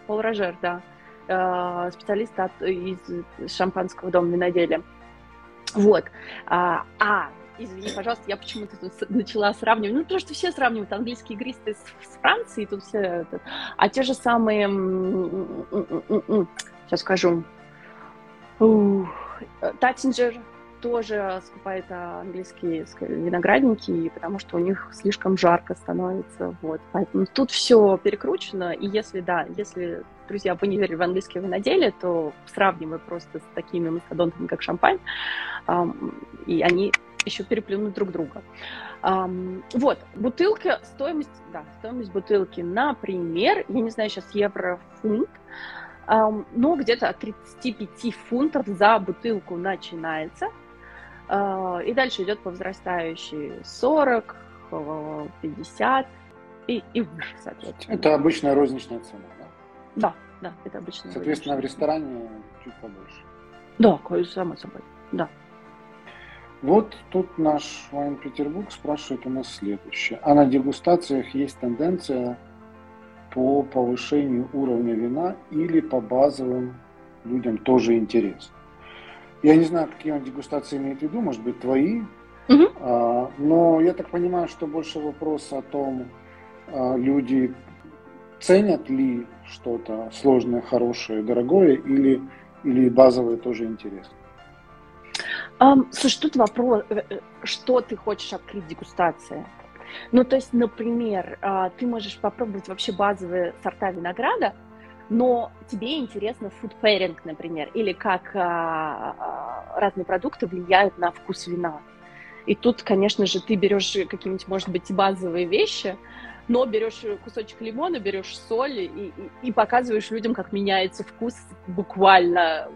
специалист из шампанского дома виноделия. Вот. Извини, пожалуйста, я почему-то тут начала сравнивать. Потому что все сравнивают английские игристые с Францией, тут все а те же самые, сейчас скажу, Taittinger тоже скупает английские виноградники, потому что у них слишком жарко становится. Вот. Поэтому тут все перекручено, и если, друзья, вы не верили в английское виноделие, то сравнивая просто с такими мастодонтами, как шампань, и они еще переплюнут друг друга. Вот, бутылка, стоимость бутылки, например, я не знаю, сейчас евро-фунт, но где-то от 35 фунтов за бутылку начинается, и дальше идет по возрастающей 40, 50 и выше, соответственно. Это обычная розничная цена, да? Да, это обычная. Соответственно, в ресторане чуть побольше. Да, само собой, да. Вот тут наш Wine Петербург спрашивает у нас следующее. А на дегустациях есть тенденция по повышению уровня вина или по базовым людям тоже интересно? Я не знаю, какие он дегустации имеет в виду, может быть, твои, но я так понимаю, что больше вопрос о том, люди ценят ли что-то сложное, хорошее, дорогое, или базовое тоже интересно. Слушай, тут вопрос, что ты хочешь открыть в дегустации? Ну, то есть, например, ты можешь попробовать вообще базовые сорта винограда, но тебе интересно food pairing, например, или как разные продукты влияют на вкус вина. И тут, конечно же, ты берешь какие-нибудь, может быть, базовые вещи, но берешь кусочек лимона, берешь соль и показываешь людям, как меняется вкус буквально.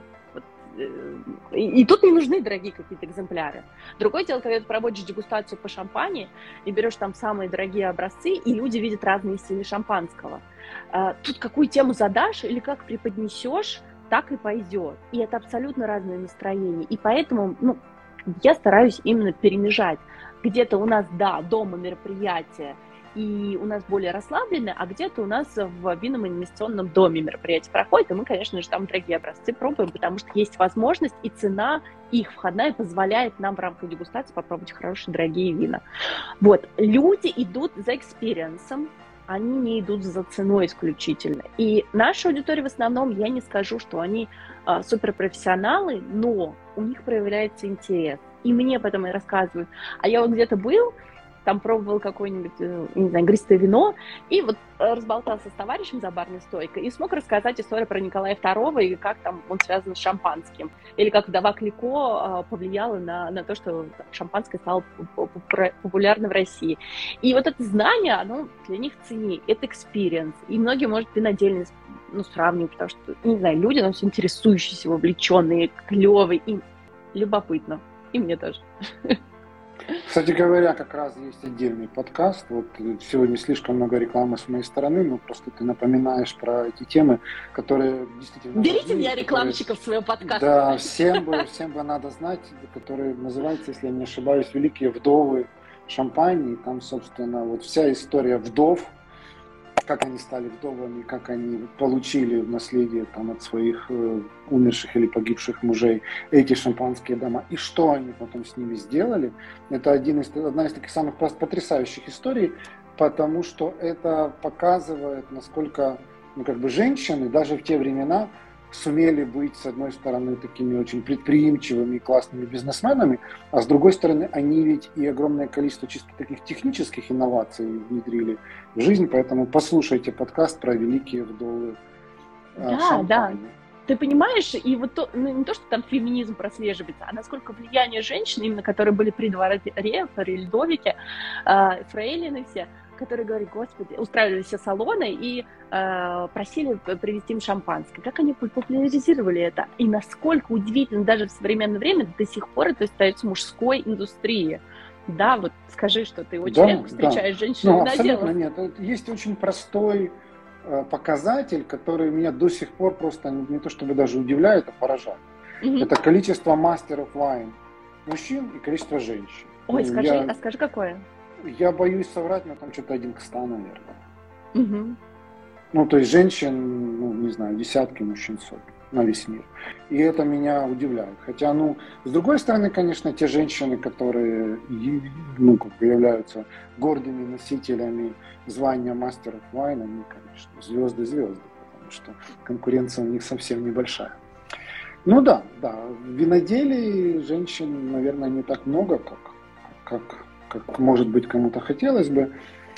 И тут не нужны дорогие какие-то экземпляры. Другое дело, когда ты проводишь дегустацию по шампани и берешь там самые дорогие образцы, и люди видят разные стили шампанского. Тут какую тему задашь или как преподнесешь, так и пойдет. И это абсолютно разные настроения. И поэтому, я стараюсь именно перемежать. Где-то у нас, да, дома мероприятие, и у нас более расслабленное, а где-то у нас в винном инвестиционном доме мероприятие проходит, и мы, конечно же, там дорогие образцы пробуем, потому что есть возможность, и цена их входная позволяет нам в рамках дегустации попробовать хорошие дорогие вина. Вот, люди идут за экспириенсом, они не идут за ценой исключительно. И наша аудитория в основном, я не скажу, что они суперпрофессионалы, но у них проявляется интерес. И мне потом и рассказывают. А я вот где-то был, там пробовал какое-нибудь, не знаю, игристое вино, и вот разболтался с товарищем за барной стойкой и смог рассказать историю про Николая II и как там он связан с шампанским. Или как вдова Клико повлияла на то, что шампанское стало популярно в России. И вот это знание, оно для них ценнее. Это экспириенс. И многие, может, винодельни сравнивают, потому что, не знаю, люди, но все интересующиеся, вовлеченные, клевые, им любопытно. И мне тоже. Кстати говоря, как раз есть отдельный подкаст. Вот сегодня слишком много рекламы с моей стороны, но просто ты напоминаешь про эти темы, которые действительно... Берите важны, меня рекламщиков своего подкаста. Да, всем бы надо знать, который называется, если я не ошибаюсь, «Великие вдовы Шампани». Там, собственно, вот вся история вдов, как они стали вдовами, как они получили в наследие там, от своих умерших или погибших мужей эти шампанские дома, и что они потом с ними сделали. Это одна из таких самых потрясающих историй, потому что это показывает, насколько женщины даже в те времена сумели быть, с одной стороны, такими очень предприимчивыми и классными бизнесменами, а с другой стороны, они ведь и огромное количество чисто таких технических инноваций внедрили в жизнь, поэтому послушайте подкаст про великие вдовы Шампани. Да. Ты понимаешь, и вот не то, что там феминизм прослеживается, а насколько влияние женщин, именно которые были при дворе при Людовике, фрейлины все, которые говорят, господи, устраивали все салоны и просили привезти им шампанское. Как они популяризировали это? И насколько удивительно, даже в современное время до сих пор это остается мужской индустрией. Да, вот скажи, что ты очень редко встречаешь женщин-виноделов. Абсолютно нет. Есть очень простой показатель, который меня до сих пор просто не то чтобы даже удивляет, а поражает. Это количество мастеров вайн мужчин и количество женщин. Ой, скажи, какое? Я боюсь соврать, но там что-то 1 к 100, наверное. То есть женщин, не знаю, десятки, мужчин сотни на весь мир. И это меня удивляет. Хотя, с другой стороны, конечно, те женщины, которые, являются гордыми носителями звания мастеров вайн, они, конечно, звезды, потому что конкуренция у них совсем небольшая. Да, в виноделии женщин, наверное, не так много, как может быть, кому-то хотелось бы.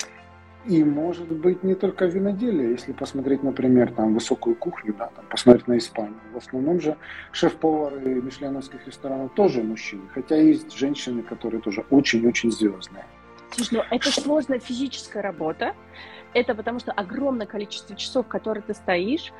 И, может быть, не только в виноделии. Если посмотреть, например, там высокую кухню, посмотреть на Испанию. В основном же шеф-повары мишленовских ресторанов тоже мужчины. Хотя есть женщины, которые тоже очень-очень звездные. Слушай, это сложная физическая работа. Это потому что огромное количество часов, которые ты стоишь,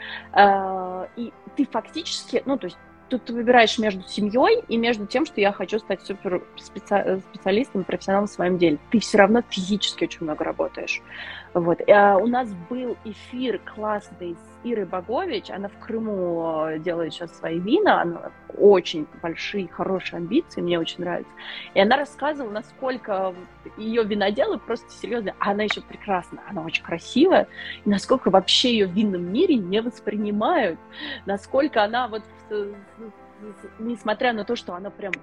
и ты фактически, то есть тут ты выбираешь между семьей и между тем, что я хочу стать суперспециалистом, профессионалом в своем деле. Ты все равно физически очень много работаешь. Вот. У нас был эфир классный с Ирой Богович. Она в Крыму делает сейчас свои вина. Она очень большие, хорошие амбиции. Мне очень нравится. И она рассказывала, насколько ее виноделы просто серьезно. Она еще прекрасна, она очень красивая. И насколько вообще ее в винном мире не воспринимают. Насколько она несмотря на то, что она прям,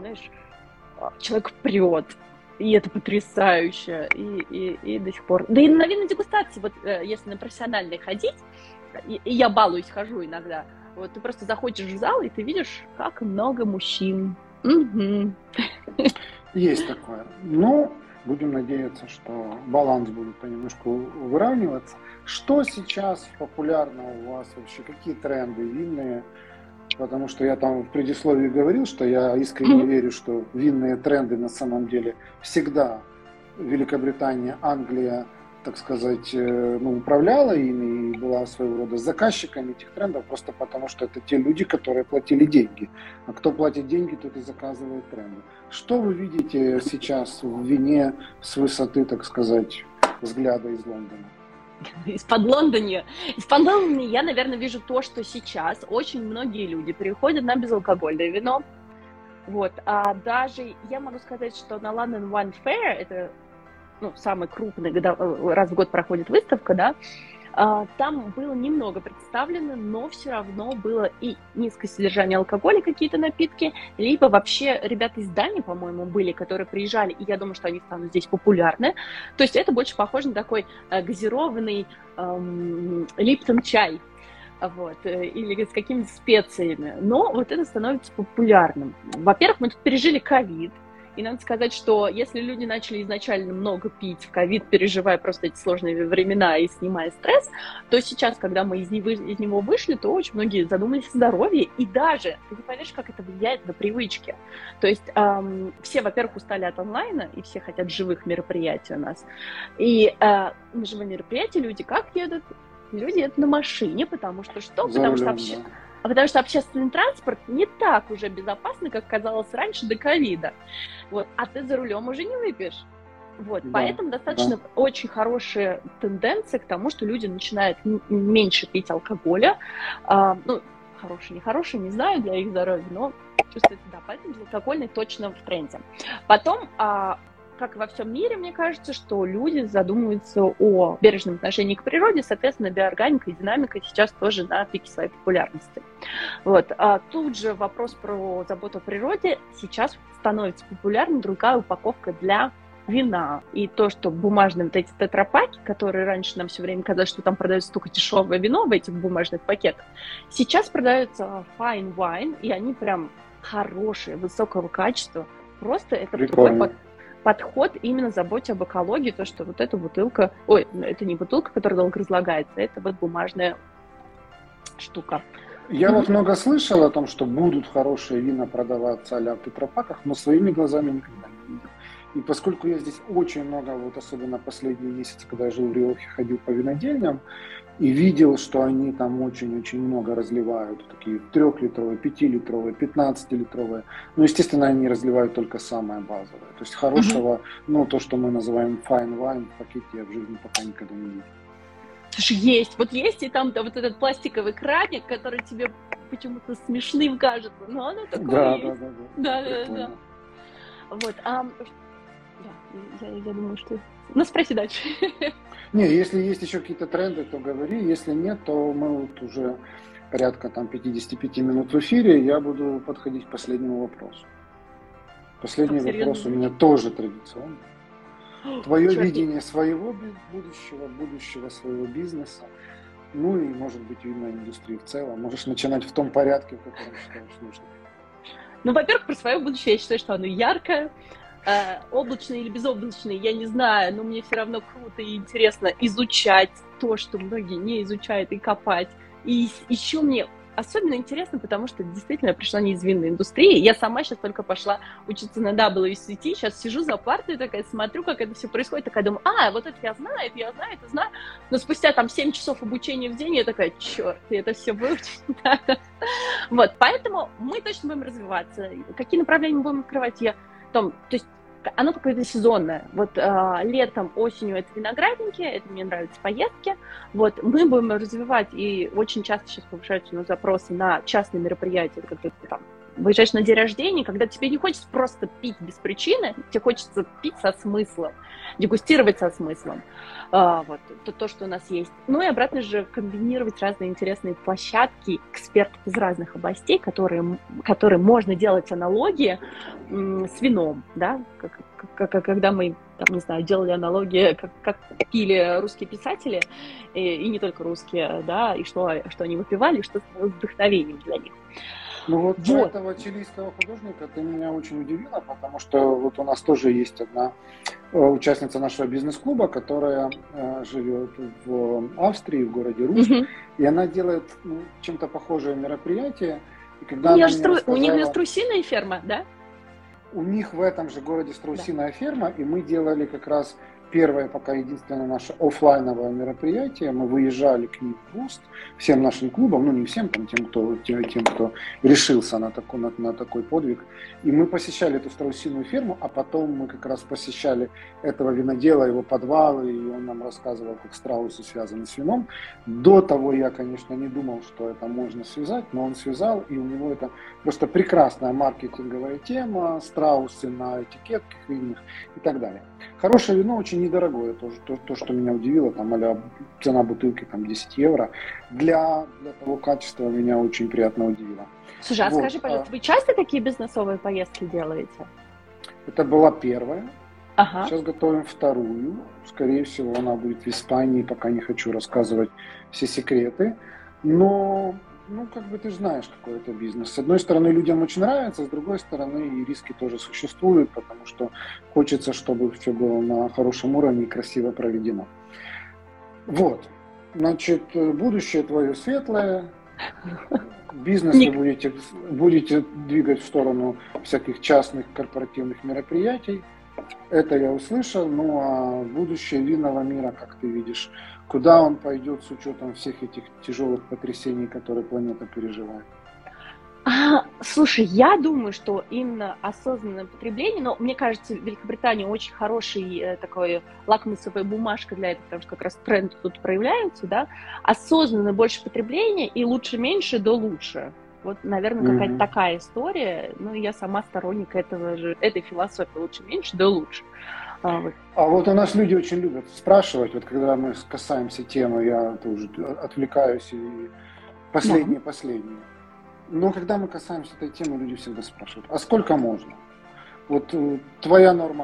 человек прет, и это потрясающе, и до сих пор. Да и на винной дегустации, если на профессиональной ходить, и я балуюсь, хожу иногда, ты просто заходишь в зал, и ты видишь, как много мужчин, Мгм. Есть такое. Но будем надеяться, что баланс будет понемножку выравниваться. Что сейчас популярно у вас вообще? Какие тренды винные? Потому что я там в предисловии говорил, что я искренне верю, что винные тренды на самом деле всегда Великобритания, Англия, так сказать, управляла ими и была своего рода заказчиками этих трендов, просто потому что это те люди, которые платили деньги. А кто платит деньги, тот и заказывает тренды. Что вы видите сейчас в вине с высоты, так сказать, взгляда из Лондона? Из-под Лондона. Из-под Лондона я, наверное, вижу то, что сейчас очень многие люди переходят на безалкогольное вино. Вот. А даже я могу сказать, что на London Wine Fair, это самый крупный, раз в год проходит выставка, да, там было немного представлено, но все равно было и низкое содержание алкоголя, какие-то напитки, либо вообще ребята из Дании, по-моему, были, которые приезжали, и я думаю, что они станут здесь популярны. То есть это больше похоже на такой газированный Липтон чай, вот, или с какими-то специями. Но вот это становится популярным. Во-первых, мы тут пережили ковид. И надо сказать, что если люди начали изначально много пить в ковид, переживая просто эти сложные времена и снимая стресс, то сейчас, когда мы из него вышли, то очень многие задумались о здоровье. И даже, ты не понимаешь, как это влияет на привычки. То есть все, во-первых, устали от онлайна, и все хотят живых мероприятий у нас. И на живые мероприятия люди как едут? Люди едут на машине, потому что что? Потому что общественный транспорт не так уже безопасно, как казалось раньше до ковида. Вот. А ты за рулем уже не выпьешь. Вот. Да, поэтому достаточно очень хорошая тенденция к тому, что люди начинают меньше пить алкоголя. Хороший, нехороший, не знаю, для их здоровья, но чувствуется, да. Поэтому безалкогольный точно в тренде. Потом, как во всем мире, мне кажется, что люди задумываются о бережном отношении к природе, соответственно, биоорганика и динамика сейчас тоже на пике своей популярности. Вот. А тут же вопрос про заботу о природе. Сейчас становится популярна другая упаковка для вина. И то, что бумажные вот эти тетрапаки, которые раньше нам все время казалось, что там продается только дешевое вино в этих бумажных пакетах, сейчас продаются fine wine, и они прям хорошие, высокого качества. Просто это такой подход именно заботе об экологии, то, что вот эта бутылка, это не бутылка, которая долго разлагается, это вот бумажная штука. Я вот много слышал о том, что будут хорошие вина продаваться а-ля в тетрапаках, но своими глазами никогда не видел. И поскольку я здесь очень много, вот особенно последние месяцы, когда я жил в Риохе, ходил по винодельням, и видел, что они там очень-очень много разливают, такие 3-литровые, 5-литровые, 15-литровые. Ну, естественно, они разливают только самое базовое. То есть хорошего, то, что мы называем fine wine в пакете, я в жизни пока никогда не видел. Слушай, есть, и там вот этот пластиковый краник, который тебе почему-то смешным кажется, но оно такое есть. Да. Вот, я думаю, что... спроси дальше. Не, если есть еще какие-то тренды, то говори. Если нет, то мы вот уже порядка 55 минут в эфире, я буду подходить к последнему вопросу. Последний вопрос у меня тоже традиционный. Твое видение своего будущего своего бизнеса, и, может быть, винной индустрии в целом. Можешь начинать в том порядке, в котором считаешь нужным. Во-первых, про свое будущее я считаю, что оно яркое. Облачный или безоблачный, я не знаю, но мне все равно круто и интересно изучать то, что многие не изучают, и копать. И еще мне особенно интересно, потому что действительно я пришла не из винной индустрии. Я сама сейчас только пошла учиться на WSET, сейчас сижу за партой такая, смотрю, как это все происходит, такая думаю, вот это я знаю, это знаю. Но спустя 7 часов обучения в день я такая, черт, это все выучить надо. Вот, поэтому мы точно будем развиваться. Какие направления мы будем открывать, то есть оно какое-то сезонное. Вот летом, осенью это виноградники, это мне нравятся поездки. Вот мы будем развивать, и очень часто сейчас повышаются у нас запросы на частные мероприятия, когда ты там выезжаешь на день рождения, когда тебе не хочется просто пить без причины, тебе хочется пить со смыслом, дегустировать со смыслом. Вот, то, что у нас есть. Ну и обратно же комбинировать разные интересные площадки экспертов из разных областей, которые можно делать аналогии с вином, да, когда мы, делали аналогии, как пили русские писатели, и не только русские, да, и что они выпивали, что стало вдохновением для них. Ну вот про Вот. этого чилийского художника ты меня очень удивила, потому что вот у нас тоже есть одна участница нашего бизнес-клуба, которая живет в Австрии, в городе Руст, Мгм. и она делает чем-то похожее мероприятие. И У когда них она же мне у них же рассказала, страусиная ферма, да? у них в этом же городе Да. страусиная ферма, и мы делали как раз первое, пока единственное наше офлайновое мероприятие. Мы выезжали к ним в Руст, всем нашим клубам, ну не всем, там, тем, кто решился на такой подвиг. И мы посещали эту страусиную ферму, а потом мы как раз посещали этого винодела, его подвалы, и он нам рассказывал, как страусы связаны с вином. До того я, конечно, не думал, что это можно связать, но он связал, и у него это просто прекрасная маркетинговая тема, страусы на этикетках винных и так далее. Хорошее вино очень недорогое, то, что меня удивило, там, а-ля цена бутылки там, 10 евро. Для того качества меня очень приятно удивило. Слушай, а скажи, пожалуйста, вы часто такие бизнесовые поездки делаете? Это была первая. Ага. Сейчас готовим вторую. Скорее всего, она будет в Испании, пока не хочу рассказывать все секреты. Но, как бы ты знаешь, какой это бизнес. С одной стороны, людям очень нравится, с другой стороны, и риски тоже существуют, потому что хочется, чтобы все было на хорошем уровне и красиво проведено. Вот. Значит, будущее твое светлое. Бизнес вы будете двигать в сторону всяких частных корпоративных мероприятий. Это я услышал. Ну а будущее винного мира, как ты видишь, куда он пойдет с учетом всех этих тяжелых потрясений, которые планета переживает? Слушай, я думаю, что именно осознанное потребление, но мне кажется, Великобритания очень хороший такой лакмусовая бумажка для этого, потому что как раз тренды тут проявляются, да, осознанное больше потребление и лучше меньше, да лучше. Вот, наверное, какая-то такая история, ну, я сама сторонник этой философии, лучше меньше, да лучше. А вот у нас люди очень любят спрашивать, вот когда мы касаемся темы, я тоже отвлекаюсь и последнее. Но когда мы касаемся этой темы, люди всегда спрашивают, а сколько можно? Вот твоя норма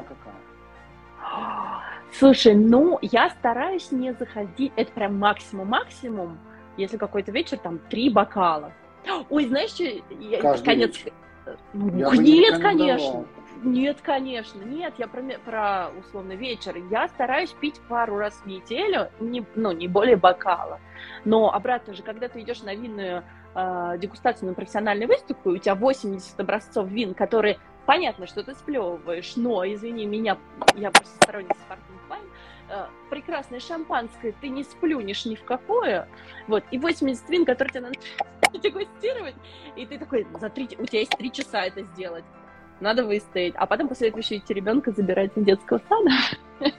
какая? Слушай, я стараюсь не заходить, это прям максимум, если какой-то вечер, там, 3 бокала. Ой, знаешь, что, Нет, конечно, я про условно вечер. Я стараюсь пить пару раз в неделю, не более бокала. Но обратно же, когда ты идешь на винную дегустацию на профессиональной выставке, у тебя 80 образцов вин, которые, понятно, что ты сплевываешь, но, извини меня, я просто сторонник спортивных вайн, прекрасное шампанское ты не сплюнешь ни в какое, вот, и 80 вин, которые тебе надо дегустировать, и ты такой, у тебя есть 3 часа это сделать. Надо выстоять. А потом после этого еще идти ребенка забирать из детского сада.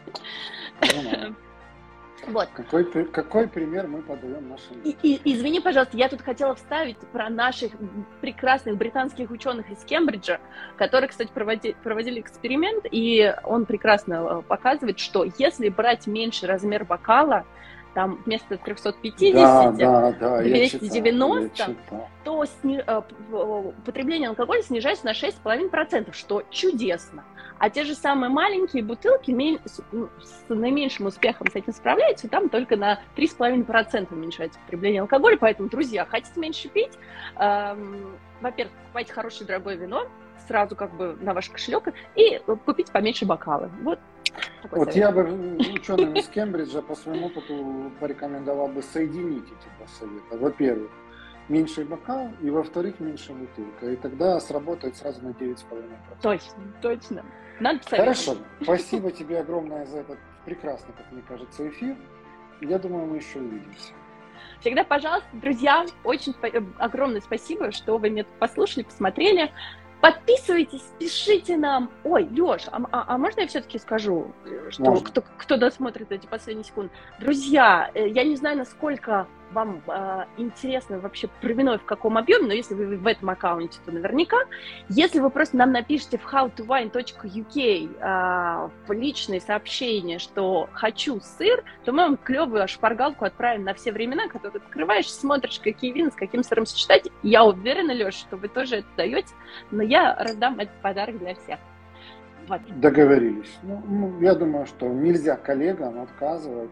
Вот. Какой пример мы подаем нашим детям? Извини, пожалуйста, я тут хотела вставить про наших прекрасных британских ученых из Кембриджа, которые, кстати, проводили эксперимент, и он прекрасно показывает, что если брать меньший размер бокала, там вместо 350 290, то потребление алкоголя снижается на 6,5%, что чудесно. А те же самые маленькие бутылки с наименьшим успехом с этим справляются, и там только на 3,5% уменьшается потребление алкоголя. Поэтому, друзья, хотите меньше пить, во-первых, покупайте хорошее дорогое вино, сразу как бы на ваш кошелек, и купить поменьше бокалы. Вот совет. Я бы ученым из Кембриджа по своему опыту порекомендовал бы соединить эти два совета. Во-первых, меньший бокал, и во-вторых, меньше бутылка. И тогда сработает сразу на 9,5%. Точно. Надо посоветовать. Хорошо. Спасибо тебе огромное за этот прекрасный, как мне кажется, эфир. Я думаю, мы еще увидимся. Всегда, пожалуйста, друзья, очень огромное спасибо, что вы меня послушали, посмотрели. Подписывайтесь, пишите нам. Ой, Лёш, а можно я все-таки скажу, что кто досмотрит эти последние секунды? Друзья, я не знаю, насколько вам интересно вообще про вино и в каком объеме, но если вы в этом аккаунте, то наверняка. Если вы просто нам напишите в howtowine.uk в личные сообщения, что хочу сыр, то мы вам клевую шпаргалку отправим на все времена, когда ты открываешь, смотришь, какие вина, с каким сыром сочетать. Я уверена, Лёш, что вы тоже это даете, но я раздам этот подарок для всех. Вот. Договорились. Я думаю, что нельзя коллегам отказывать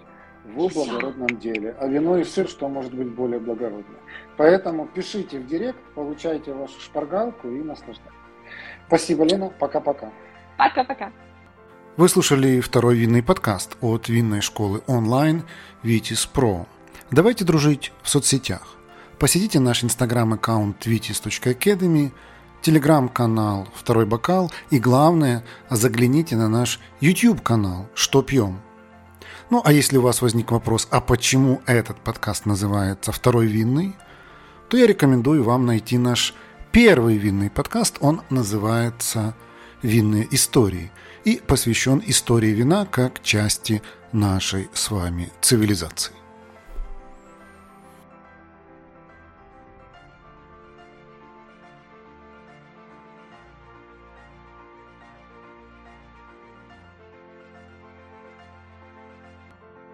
в благородном деле. А вино и сыр, что может быть более благородное. Поэтому пишите в директ, получайте вашу шпаргалку и наслаждайтесь. Спасибо, Лена. Пока-пока. Пока-пока. Вы слушали второй винный подкаст от винной школы онлайн Vitis Pro. Давайте дружить в соцсетях. Посетите наш инстаграм-аккаунт vitis.academy, телеграм-канал «Второй бокал» и, главное, загляните на наш YouTube-канал «Что пьем?». Ну, а если у вас возник вопрос, а почему этот подкаст называется «Второй винный?», то я рекомендую вам найти наш первый винный подкаст. Он называется «Винные истории» и посвящен истории вина как части нашей с вами цивилизации.